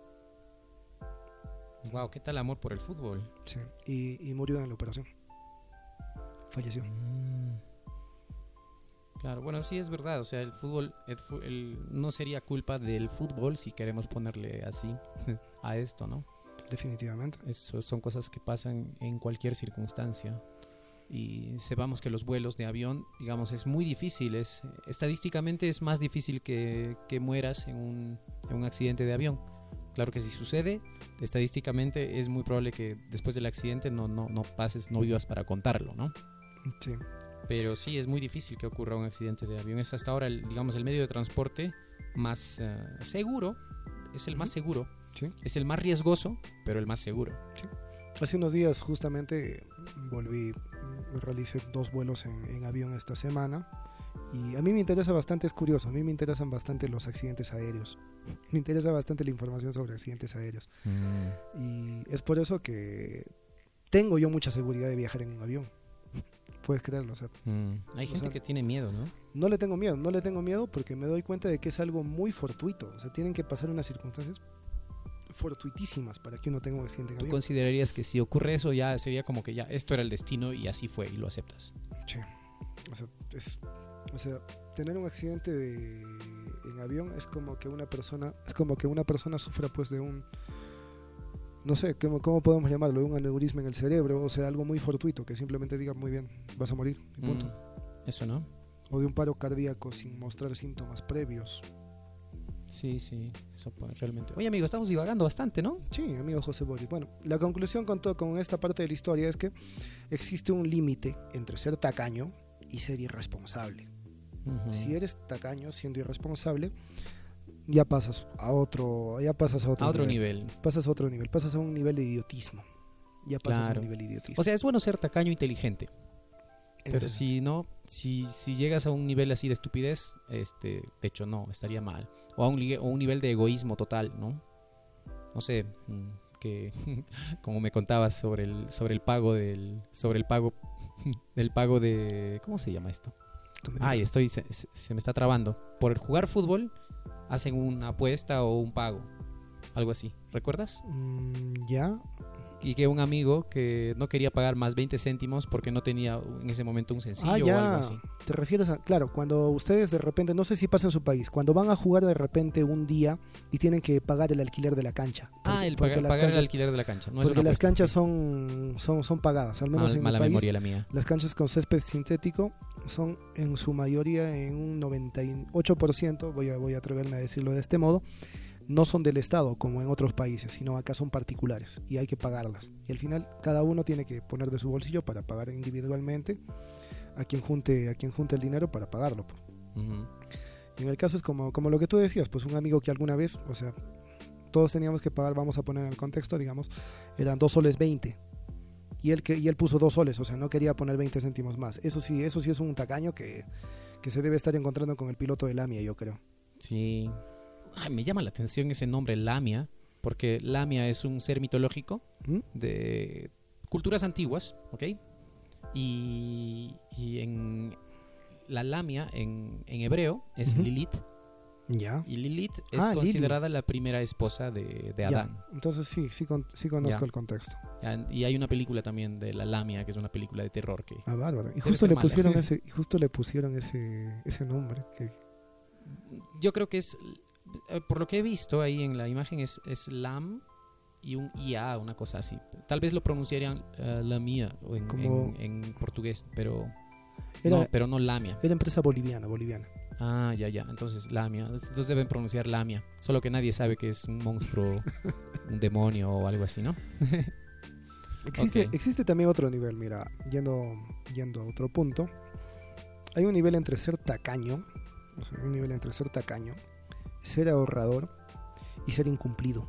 Wow, ¿qué tal amor por el fútbol? Sí, y, y murió en la operación. Falleció. Mm. Claro, bueno, sí es verdad, o sea, el fútbol, el, el, no sería culpa del fútbol si queremos ponerle así a esto, ¿no? Definitivamente. Eso son cosas que pasan en cualquier circunstancia. Y sepamos que los vuelos de avión, digamos, es muy difícil, es, estadísticamente es más difícil que, que mueras en un, en un accidente de avión. Claro que si sucede, estadísticamente es muy probable que después del accidente no, no, no pases, no vivas para contarlo, ¿no? Sí. Pero sí, es muy difícil que ocurra un accidente de avión. Es hasta ahora, el, digamos, el medio de transporte más uh, seguro, es el más seguro. Sí. Es el más riesgoso, pero el más seguro. Sí. Hace unos días justamente volví, realicé dos vuelos en, en avión esta semana. Y a mí me interesa bastante, es curioso, a mí me interesan bastante los accidentes aéreos. Me interesa bastante la información sobre accidentes aéreos. Mm. Y es por eso que tengo yo mucha seguridad de viajar en un avión. Puedes creerlo, o sea, mm. Hay gente o sea, que tiene miedo, ¿no? No le tengo miedo, no le tengo miedo porque me doy cuenta de que es algo muy fortuito. O sea, tienen que pasar unas circunstancias fortuitísimas para que uno tenga un accidente en ¿Tú avión. considerarías que si ocurre eso ya sería como que ya esto era el destino y así fue y lo aceptas? Sí. O sea, es, o sea tener un accidente de, en avión es como que una persona es como que una persona sufra pues de un, no sé, ¿cómo, cómo podemos llamarlo? De un aneurisma en el cerebro, o sea, algo muy fortuito, que simplemente diga, muy bien, vas a morir, y punto. Mm, eso, ¿no? O de un paro cardíaco sin mostrar síntomas previos. Sí, sí, eso realmente. Oye, amigo, estamos divagando bastante, ¿no? Sí, amigo José Boris. Bueno, la conclusión con, todo, con esta parte de la historia es que existe un límite entre ser tacaño y ser irresponsable. Uh-huh. Si eres tacaño siendo irresponsable, ya pasas a otro, ya pasas a otro, a otro nivel. nivel. Pasas a otro nivel, pasas a un nivel de idiotismo. Ya pasas claro. a un nivel de idiotismo. O sea, es bueno ser tacaño inteligente. Pero Entonces, si no, si, si llegas a un nivel así de estupidez, este, de hecho no, estaría mal. O a un, o un nivel de egoísmo total, ¿no? No sé, que como me contabas sobre el, sobre el pago del, sobre el pago, del pago de, ¿cómo se llama esto? Ay, estoy, se, se me está trabando. Por jugar fútbol hacen una apuesta o un pago, algo así. ¿Recuerdas? Mm, ya. Y que un amigo que no quería pagar más veinte céntimos porque no tenía en ese momento un sencillo ah, ya. o algo así. Te refieres a, claro, cuando ustedes de repente, no sé si pasa en su país, cuando van a jugar de repente un día y tienen que pagar el alquiler de la cancha. Porque, ah, el pagar, pagar canchas, el alquiler de la cancha. No porque es las canchas son, son, son pagadas, al menos Mal, en mala mi país. Memoria la mía. Las canchas con césped sintético son en su mayoría en un noventa y ocho por ciento, voy a, voy a atreverme a decirlo de este modo, no son del Estado como en otros países, sino acá son particulares y hay que pagarlas. Y al final cada uno tiene que poner de su bolsillo para pagar individualmente a quien junte, a quien junte el dinero para pagarlo. Uh-huh. Y en el caso es como, como lo que tú decías, pues un amigo que alguna vez, o sea, todos teníamos que pagar, vamos a poner en el contexto, digamos, eran dos soles veinte. Y él, que, y él puso dos soles, o sea, no quería poner veinte céntimos más. Eso sí, eso sí es un tacaño que, que se debe estar encontrando con el piloto de Lamia, yo creo. Sí. Ay, me llama la atención ese nombre Lamia, porque Lamia es un ser mitológico ¿Mm? de culturas antiguas, ¿ok? Y, y en la Lamia en, en hebreo es uh-huh. Lilith. Ya. Y Lilith es ah, considerada Lilith. la primera esposa de, de Adán. Ya. Entonces sí, sí, con, sí conozco ya. el contexto. Ya. Y hay una película también de la Lamia, que es una película de terror que. Ah, bárbaro. Y justo le mala. pusieron ese, y justo le pusieron ese, ese nombre. Que... Yo creo que es, por lo que he visto ahí en la imagen es, es Lam y un I A, una cosa así. Tal vez lo pronunciarían uh, Lamia en, Como... en, en portugués, pero era, no, pero no Lamia. Era empresa boliviana, boliviana. Ah, ya, ya. Entonces Lamia. Entonces deben pronunciar Lamia. Solo que nadie sabe que es un monstruo, un demonio o algo así, ¿no? existe, okay. existe también otro nivel, mira, yendo, yendo a otro punto. Hay un nivel entre ser tacaño, o sea, hay un nivel entre ser tacaño, ser ahorrador y ser incumplido.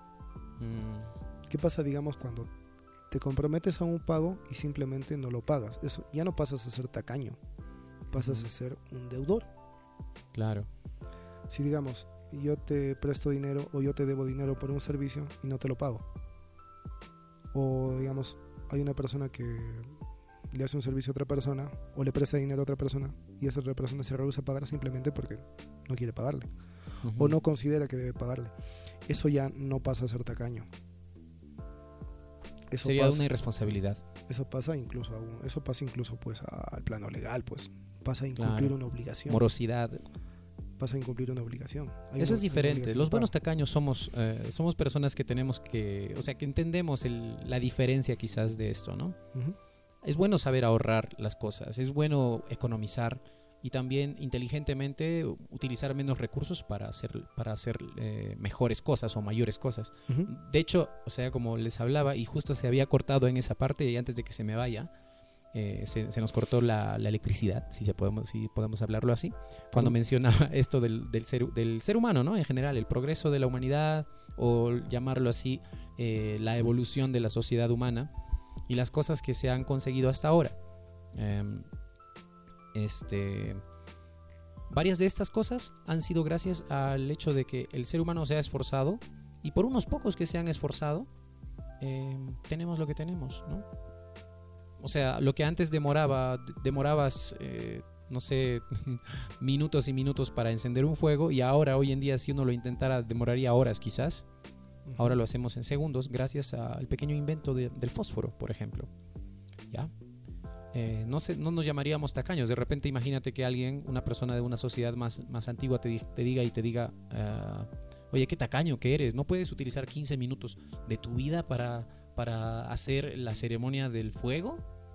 Mm. ¿Qué pasa, digamos, cuando te comprometes a un pago y simplemente no lo pagas? Eso ya no pasas a ser tacaño, pasas mm. a ser un deudor. Claro. Si digamos, yo te presto dinero o yo te debo dinero por un servicio y no te lo pago. O digamos, hay una persona que le hace un servicio a otra persona o le presta dinero a otra persona y esa otra persona se rehúsa a pagar simplemente porque no quiere pagarle. Uh-huh. O no considera que debe pagarle. Eso ya no pasa a ser tacaño. Eso sería pasa, una irresponsabilidad. Eso pasa incluso a un, eso pasa incluso pues a, al plano legal, pues pasa a incumplir claro. una obligación. Morosidad. Pasa a incumplir una obligación. Hay eso una, es diferente. Los buenos tacaños somos eh, somos personas que tenemos que, o sea, que entendemos el, la diferencia quizás de esto, ¿no? Uh-huh. Es bueno saber ahorrar las cosas, es bueno economizar y también inteligentemente utilizar menos recursos para hacer para hacer eh, mejores cosas o mayores cosas. Uh-huh. De hecho, o sea, como les hablaba y justo se había cortado en esa parte y antes de que se me vaya, eh, se, se nos cortó la, la electricidad, si se podemos si podemos hablarlo así, cuando uh-huh. mencionaba esto del, del ser del ser humano, ¿no? En general, el progreso de la humanidad o llamarlo así, eh, la evolución de la sociedad humana y las cosas que se han conseguido hasta ahora. Eh, este, varias de estas cosas han sido gracias al hecho de que el ser humano se ha esforzado, y por unos pocos que se han esforzado, eh, tenemos lo que tenemos, ¿no? O sea, lo que antes demoraba, demorabas, eh, no sé, minutos y minutos para encender un fuego, y ahora, hoy en día, si uno lo intentara, demoraría horas quizás. Ahora lo hacemos en segundos gracias al pequeño invento de, del fósforo, por ejemplo. ¿Ya? Eh, no, sé, no nos llamaríamos tacaños. De repente imagínate que alguien, una persona de una sociedad más, más antigua te, te diga y te diga, uh, oye, qué tacaño que eres, no puedes utilizar quince minutos de tu vida para, para hacer la ceremonia del fuego.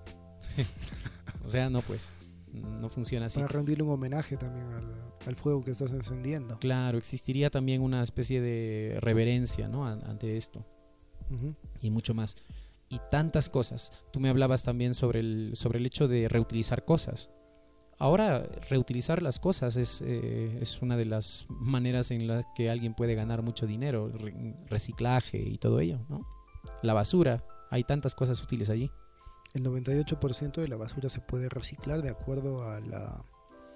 O sea, no, pues no funciona así. Para rendirle un homenaje también al, al fuego que estás encendiendo. Claro, existiría también una especie de reverencia, ¿no?, ante esto. Uh-huh. Y mucho más. Y tantas cosas. Tú me hablabas también sobre el, sobre el hecho de reutilizar cosas. Ahora, reutilizar las cosas es, eh, es una de las maneras en las que alguien puede ganar mucho dinero. Re- reciclaje y todo ello, ¿no? La basura. Hay tantas cosas útiles allí. El noventa y ocho por ciento de la basura se puede reciclar de acuerdo a la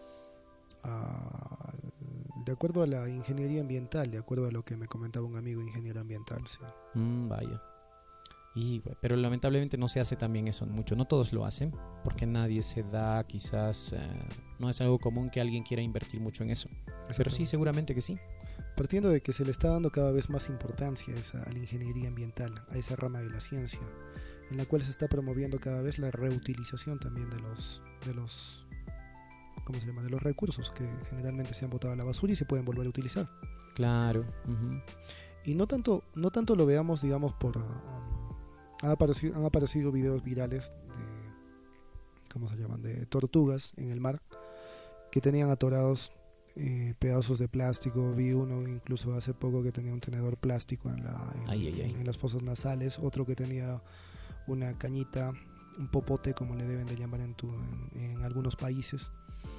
a, de acuerdo a la ingeniería ambiental, de acuerdo a lo que me comentaba un amigo ingeniero ambiental. Sí. Mm, vaya. Y, pero lamentablemente no se hace también eso mucho. No todos lo hacen porque nadie se da, quizás eh, no es algo común que alguien quiera invertir mucho en eso. Pero sí, seguramente que sí. Partiendo de que se le está dando cada vez más importancia a, esa, a la ingeniería ambiental, a esa rama de la ciencia, en la cual se está promoviendo cada vez la reutilización también de los de los ¿cómo se llama? de los recursos que generalmente se han botado a la basura y se pueden volver a utilizar. Claro. Uh-huh. Y no tanto no tanto lo veamos, digamos, por um, han aparecido han aparecido videos virales de ¿cómo se llaman? de tortugas en el mar que tenían atorados eh, pedazos de plástico. Vi uno incluso hace poco que tenía un tenedor plástico en la en, ay, ay, ay. en las fosas nasales, otro que tenía una cañita, un popote, como le deben de llamar en, tu, en, en algunos países.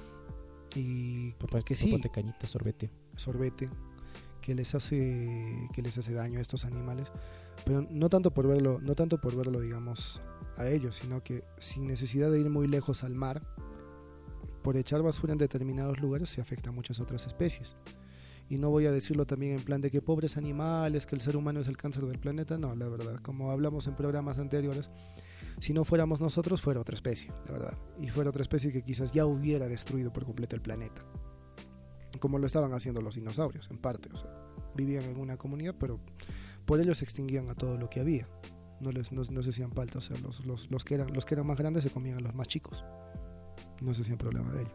Y popote, que sí, popote, cañita, sorbete. Sorbete, que les hace que les hace daño a estos animales, pero no tanto por verlo, no tanto por verlo, digamos, a ellos, sino que sin necesidad de ir muy lejos al mar, por echar basura en determinados lugares se afecta a muchas otras especies. Y no voy a decirlo también en plan de que pobres animales, que el ser humano es el cáncer del planeta. No, la verdad, como hablamos en programas anteriores, si no fuéramos nosotros, fuera otra especie, la verdad. Y fuera otra especie que quizás ya hubiera destruido por completo el planeta. Como lo estaban haciendo los dinosaurios, en parte. O sea, vivían en una comunidad, pero por ellos se extinguían a todo lo que había. No les, no, no se hacían falta. O sea, los, los, los, que eran, los que eran más grandes se comían a los más chicos. No se hacían problema de ello.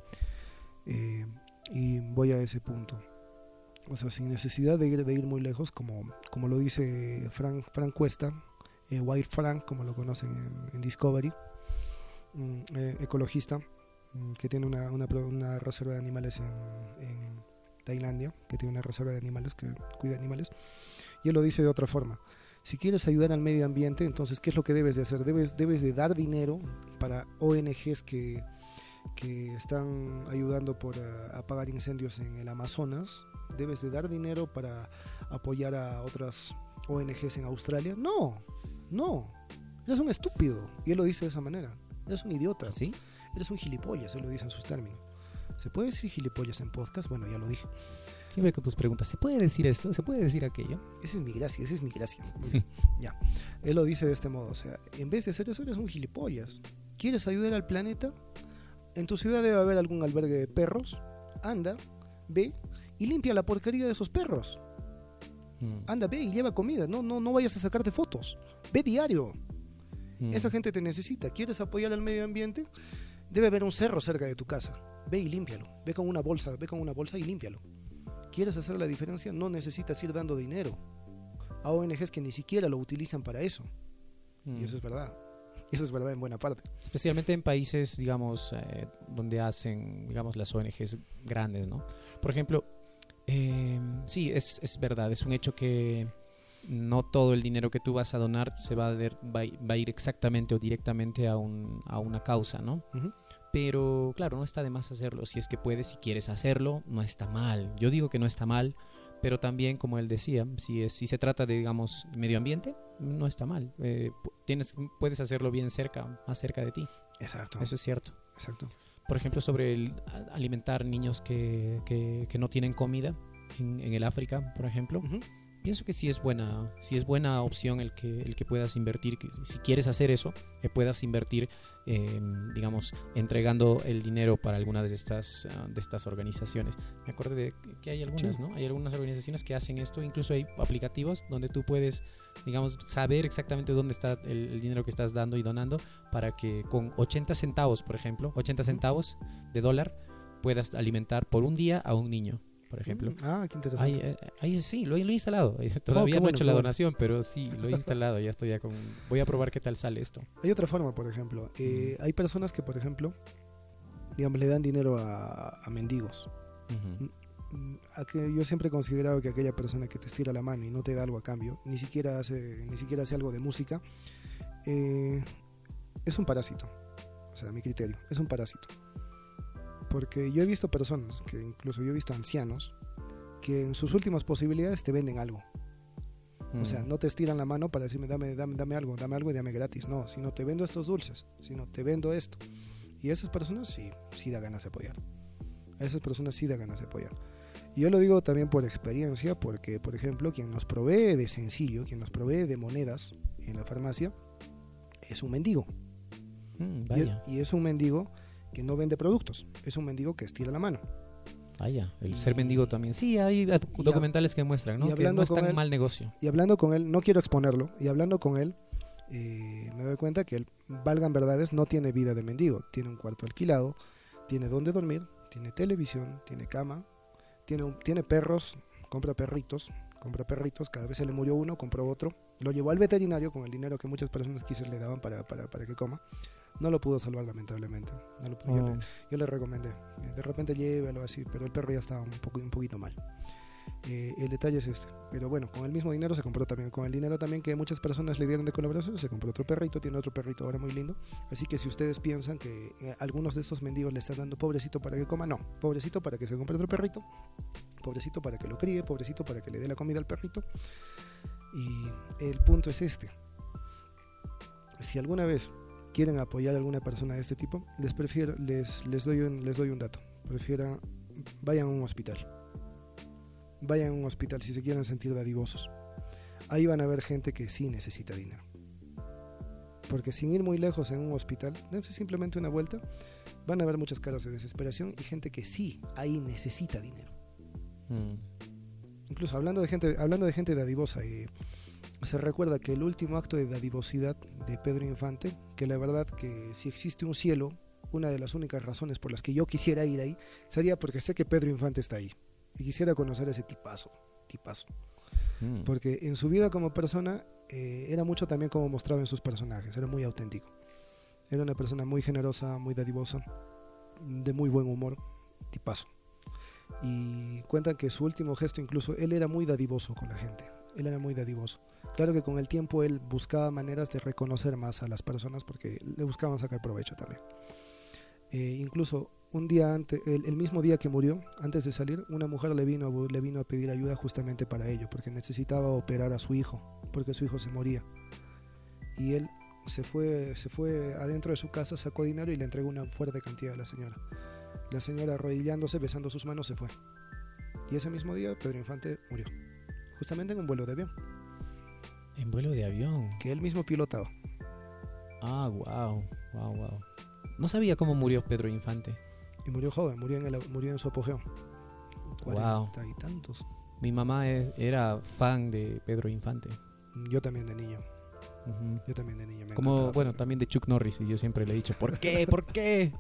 Eh, y voy a ese punto. O sea, sin necesidad de ir, de ir muy lejos, como, como lo dice Frank, Frank Cuesta, eh, Wild Frank, como lo conocen en, en Discovery, um, eh, ecologista, um, que tiene una, una, una reserva de animales en, en Tailandia, que tiene una reserva de animales, que cuida animales, y él lo dice de otra forma. Si quieres ayudar al medio ambiente, entonces, ¿qué es lo que debes de hacer? Debes, debes de dar dinero para O N Ges que, que están ayudando por uh, apagar incendios en el Amazonas. Debes de dar dinero para apoyar a otras O N Ges en Australia. No, no, eres un estúpido. Y él lo dice de esa manera. Eres un idiota. ¿Sí? Eres un gilipollas, él lo dice en sus términos. ¿Se puede decir gilipollas en podcast? Bueno, ya lo dije. Siempre con tus preguntas, ¿se puede decir esto? ¿Se puede decir aquello? Esa es mi gracia, esa es mi gracia. Ya, él lo dice de este modo. O sea, en vez de hacer eso, eres un gilipollas. ¿Quieres ayudar al planeta? En tu ciudad debe haber algún albergue de perros. Anda, ve y limpia la porquería de esos perros. Mm. Anda, ve y lleva comida. No, no, no vayas a sacarte fotos. Ve diario. Mm. Esa gente te necesita. ¿Quieres apoyar al medio ambiente? Debe haber un cerro cerca de tu casa. Ve y límpialo. Ve con una bolsa, ve con una bolsa y límpialo. ¿Quieres hacer la diferencia? No necesitas ir dando dinero a O N Ges que ni siquiera lo utilizan para eso. Mm. Y eso es verdad. Eso es verdad en buena parte. Especialmente en países, digamos, eh, donde hacen, digamos, las O N Ges grandes, ¿no? Por ejemplo, eh, sí, es, es verdad, es un hecho que no todo el dinero que tú vas a donar se va a, ver, va, va a ir exactamente o directamente a, un, a una causa, ¿no? Uh-huh. Pero, claro, no está de más hacerlo. Si es que puedes, si quieres hacerlo, no está mal. Yo digo que no está mal, pero también, como él decía, si, es, si se trata de, digamos, medio ambiente, no está mal. Eh, tienes, puedes hacerlo bien cerca, más cerca de ti. Exacto. Eso es cierto. Exacto. Por ejemplo, sobre el alimentar niños que, que, que no tienen comida en, en el África, por ejemplo. Uh-huh. Pienso que sí es buena, sí es buena opción el que, el que puedas invertir, que si quieres hacer eso, que puedas invertir, eh, digamos, entregando el dinero para alguna de estas, uh, de estas organizaciones. Me acuerdo de que hay algunas, Sí. ¿no? Hay algunas organizaciones que hacen esto, incluso hay aplicativos donde tú puedes, digamos, saber exactamente dónde está el, el dinero que estás dando y donando para que con ochenta centavos, por ejemplo, ochenta centavos de dólar, puedas alimentar por un día a un niño, por ejemplo. Ah, qué interesante. Ahí, eh, ahí sí, lo, he- lo he instalado. Todavía no bueno, he hecho qué la bueno. donación, pero sí, lo he instalado. Ya estoy ya con... Voy a probar qué tal sale esto. Hay otra forma, por ejemplo. Eh, hay personas que, por ejemplo, digamos, le dan dinero a, a mendigos. Ujú. Mm, a que yo siempre he considerado que aquella persona que te estira la mano y no te da algo a cambio, ni siquiera hace, ni siquiera hace algo de música, eh, es un parásito. O sea, a mi criterio, es un parásito. Porque yo he visto personas, que incluso yo he visto ancianos, que en sus últimas posibilidades te venden algo. O sea, Mm. no te estiran la mano para decirme dame, dame, dame algo, dame algo y dame gratis. No, sino te vendo estos dulces, sino te vendo esto. Y a esas personas sí, sí da ganas de apoyar. A esas personas sí da ganas de apoyar. Y yo lo digo también por experiencia, porque, por ejemplo, quien nos provee de sencillo, quien nos provee de monedas en la farmacia, es un mendigo. Mm, Y, vaya, y es un mendigo que no vende productos, es un mendigo que estira la mano. vaya. El y- ser mendigo también. Sí, hay y documentales que muestran, ¿no? y Que hablando no es con tan él- mal negocio. Y hablando con él, no quiero exponerlo, y hablando con él, eh, me doy cuenta que él, valgan verdades, no tiene vida de mendigo. Tiene un cuarto alquilado, tiene donde dormir, tiene televisión, tiene cama, tiene, un- tiene perros, compra perritos, compra perritos, cada vez se le murió uno, compró otro, lo llevó al veterinario con el dinero que muchas personas quizás le daban para, para, para que coma. No lo pudo salvar, lamentablemente. No lo pudo- yo, Oh, le, yo le recomendé, eh, de repente llévelo así, pero el perro ya estaba un, poco, un poquito mal. Eh, el detalle es este. Pero bueno, con el mismo dinero se compró también, con el dinero también que muchas personas le dieron de colaboración, se compró otro perrito, tiene otro perrito ahora muy lindo. Así que si ustedes piensan que eh, algunos de estos mendigos le están dando pobrecito para que coma, no, pobrecito para que se compre otro perrito, pobrecito para que lo críe, pobrecito para que le dé la comida al perrito. Y el punto es este. Si alguna vez quieren apoyar a alguna persona de este tipo, les prefiero, les, les, doy, un, les doy un dato. Prefiera, vayan a un hospital. Vayan a un hospital si se quieren sentir dadivosos. Ahí van a ver gente que sí necesita dinero. Porque sin ir muy lejos en un hospital, dense simplemente una vuelta, van a ver muchas caras de desesperación y gente que sí, ahí necesita dinero. mm. Incluso hablando de gente, hablando de gente dadivosa, eh, se recuerda que el último acto de dadivosidad de Pedro Infante, que la verdad que si existe un cielo, una de las únicas razones por las que yo quisiera ir ahí, sería porque sé que Pedro Infante está ahí. Y quisiera conocer a ese tipazo, tipazo. Mm. Porque en su vida como persona eh, era mucho también como mostraba en sus personajes, era muy auténtico. Era una persona muy generosa, muy dadivosa, de muy buen humor, tipazo. Y cuentan que su último gesto, incluso él era muy dadivoso con la gente, él era muy dadivoso. Claro que con el tiempo él buscaba maneras de reconocer más a las personas porque le buscaban sacar provecho también. Eh, incluso un día antes, el, el mismo día que murió, antes de salir, una mujer le vino, a, le vino a pedir ayuda justamente para ello, porque necesitaba operar a su hijo, porque su hijo se moría. Y él se fue, se fue adentro de su casa, sacó dinero y le entregó una fuerte cantidad a la señora. La señora, arrodillándose, besando sus manos, se fue. Y ese mismo día Pedro Infante murió, justamente en un vuelo de avión, En vuelo de avión. que él mismo pilotaba. Ah, wow, wow, wow. No sabía cómo murió Pedro Infante. Y murió joven, murió en, el, murió en su apogeo. Cuarenta y tantos. Mi mamá es- era fan de Pedro Infante. Yo también de niño. Ujú. Yo también de niño. Me Como, encantaba bueno, Pedro. también de Chuck Norris, y yo siempre le he dicho, ¿por qué? ¿Por qué?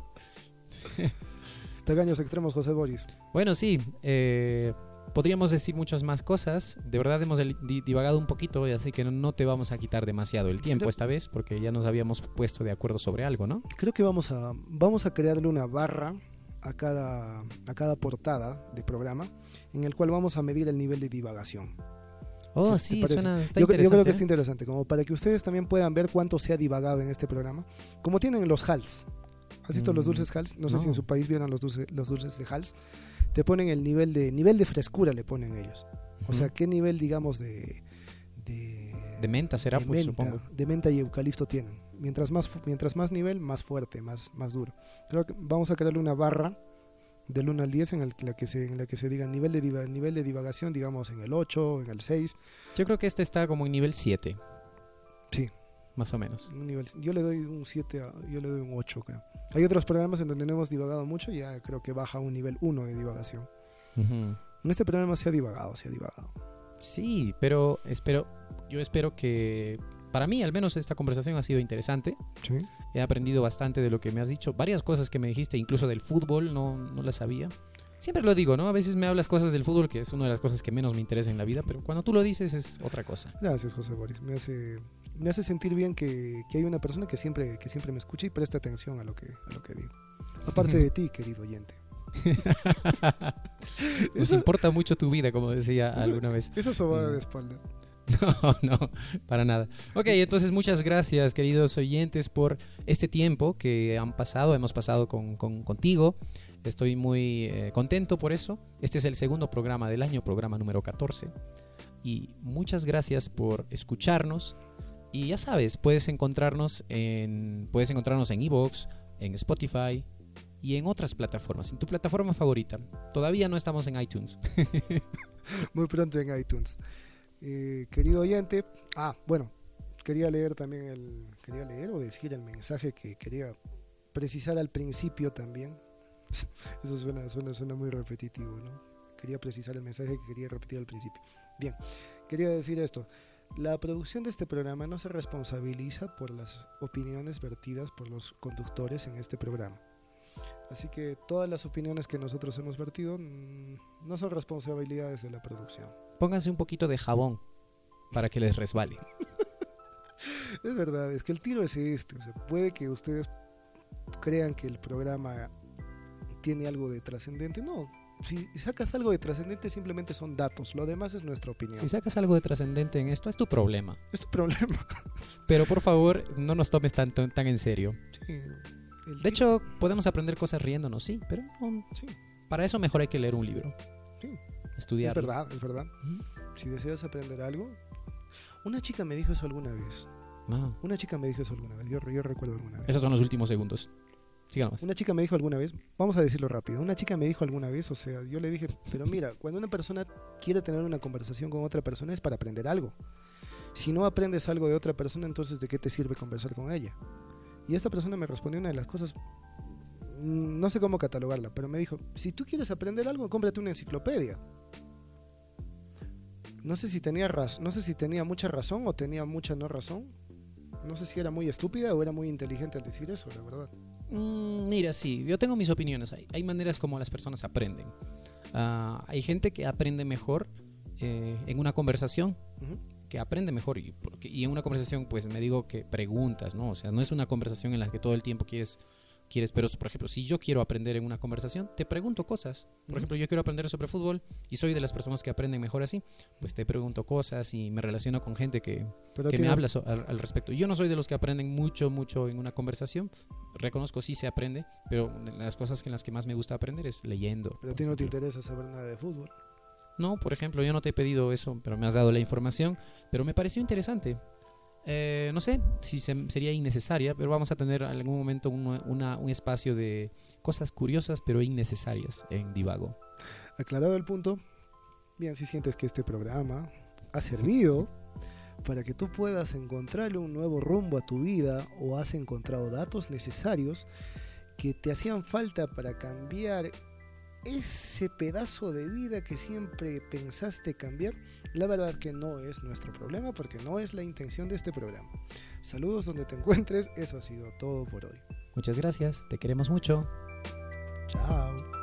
Tagaños extremos, José Boris. Bueno, sí, eh, podríamos decir muchas más cosas. De verdad hemos el- di- divagado un poquito, así que no, no te vamos a quitar demasiado el tiempo Creo- esta vez, porque ya nos habíamos puesto de acuerdo sobre algo, ¿no? Creo que vamos a, vamos a crearle una barra a cada, a cada portada de programa en el cual vamos a medir el nivel de divagación. Oh, ¿Qué te sí, parece? suena, está Yo, cre- yo creo que interesante, está interesante, como para que ustedes también puedan ver cuánto se ha divagado en este programa. Como tienen los Hals. ¿Has visto Mm, los dulces Hals? No, sé si en no. su país vieron los dulces, los dulces de Hals. Te ponen el nivel de nivel de frescura, le ponen ellos. O sea, Ujú. qué nivel, digamos, de... De, De menta será, de pues, menta, supongo. de menta y eucalipto tienen. Mientras más, mientras más nivel, más fuerte, más, más duro. Creo que vamos a crearle una barra del uno al diez en, el, la, que se, en la que se diga nivel de, diva, nivel de divagación, digamos en el ocho, en el seis. Yo creo que este está como en nivel siete. Sí. Más o menos. Un nivel, yo le doy un siete, a, yo le doy un ocho, creo. Hay otros programas en donde no hemos divagado mucho y ya creo que baja a un nivel uno de divagación. Uh-huh. En este programa se ha divagado, se ha divagado. Sí, pero espero, yo espero que, para mí al menos esta conversación ha sido interesante. Sí. He aprendido bastante de lo que me has dicho. Varias cosas que me dijiste, incluso del fútbol, no, no las sabía. Siempre lo digo, ¿no? A veces me hablas cosas del fútbol, que es una de las cosas que menos me interesa en la vida, pero cuando tú lo dices es otra cosa. Gracias, José Boris. Me hace, me hace sentir bien que, que hay una persona que siempre, que siempre me escucha y presta atención a lo que, a lo que digo. Aparte de ti, querido oyente. Nos eso, importa mucho tu vida, como decía eso, alguna vez. Esa sobada de espalda. No, no, para nada. Ok, entonces muchas gracias, queridos oyentes, por este tiempo que han pasado, hemos pasado con, con, contigo. Estoy muy eh, contento por eso. Este es el segundo programa del año, programa número catorce. Y muchas gracias por escucharnos. Y ya sabes, puedes encontrarnos en puedes encontrarnos en iVoox, en Spotify y en otras plataformas, en tu plataforma favorita. Todavía no estamos en iTunes. Muy pronto en iTunes. Eh, querido oyente, ah, bueno, quería leer también el, quería leer o decir el mensaje que quería precisar al principio también. Eso suena, suena, suena muy repetitivo, ¿no? Quería precisar el mensaje que quería repetir al principio. Bien, quería decir esto. La producción de este programa no se responsabiliza por las opiniones vertidas por los conductores en este programa. Así que todas las opiniones que nosotros hemos vertido mmm, no son responsabilidades de la producción. Pónganse un poquito de jabón para que les resbale. Es verdad, es que el tiro es este. O sea, puede que ustedes crean que el programa tiene algo de trascendente. No, si sacas algo de trascendente simplemente son datos. Lo demás es nuestra opinión. Si sacas algo de trascendente en esto, es tu problema. Es tu problema. Pero por favor, no nos tomes tan, tan en serio. Sí. De hecho, podemos aprender cosas riéndonos, sí, pero no, sí. Para eso mejor hay que leer un libro. Sí. Estudiar. Es verdad, es verdad. ¿Mm? Si deseas aprender algo. Una chica me dijo eso alguna vez. Ah. Una chica me dijo eso alguna vez. Yo, yo recuerdo alguna vez. Esos son los últimos segundos. Sigamos. Una chica me dijo alguna vez, vamos a decirlo rápido. Una chica me dijo alguna vez, o sea, yo le dije, pero mira, cuando una persona quiere tener una conversación con otra persona es para aprender algo. Si no aprendes algo de otra persona, entonces ¿de qué te sirve conversar con ella? Y esta persona me respondió una de las cosas, no sé cómo catalogarla, pero me dijo, si tú quieres aprender algo, cómprate una enciclopedia. No sé si tenía raz- no sé si tenía mucha razón o tenía mucha no razón. No sé si era muy estúpida o era muy inteligente al decir eso, la verdad. Mm, mira, sí, yo tengo mis opiniones ahí. Hay maneras como las personas aprenden. Uh, hay gente que aprende mejor eh, en una conversación. Uh-huh. Que aprende mejor y, porque, y en una conversación pues me digo que preguntas, ¿no? O sea, no es una conversación en la que todo el tiempo quieres, quieres pero por ejemplo, si yo quiero aprender en una conversación, te pregunto cosas. Por uh-huh. ejemplo, yo quiero aprender sobre fútbol y soy de las personas que aprenden mejor así, pues te pregunto cosas y me relaciono con gente que, que tiene... me habla so, al, al respecto. Yo no soy de los que aprenden mucho, mucho en una conversación. Reconozco, sí se aprende, pero las cosas en las que más me gusta aprender es leyendo. Pero a ti no te interesa saber nada de fútbol. No, por ejemplo, yo no te he pedido eso, pero me has dado la información, pero me pareció interesante. Eh, no sé si se, sería innecesaria, pero vamos a tener en algún momento un, una, un espacio de cosas curiosas, pero innecesarias en Divago. Aclarado el punto, bien, si sientes que este programa ha servido para que tú puedas encontrarle un nuevo rumbo a tu vida o has encontrado datos necesarios que te hacían falta para cambiar ese pedazo de vida que siempre pensaste cambiar, la verdad que no es nuestro problema porque no es la intención de este programa. Saludos donde te encuentres, eso ha sido todo por hoy. Muchas gracias, te queremos mucho. Chao.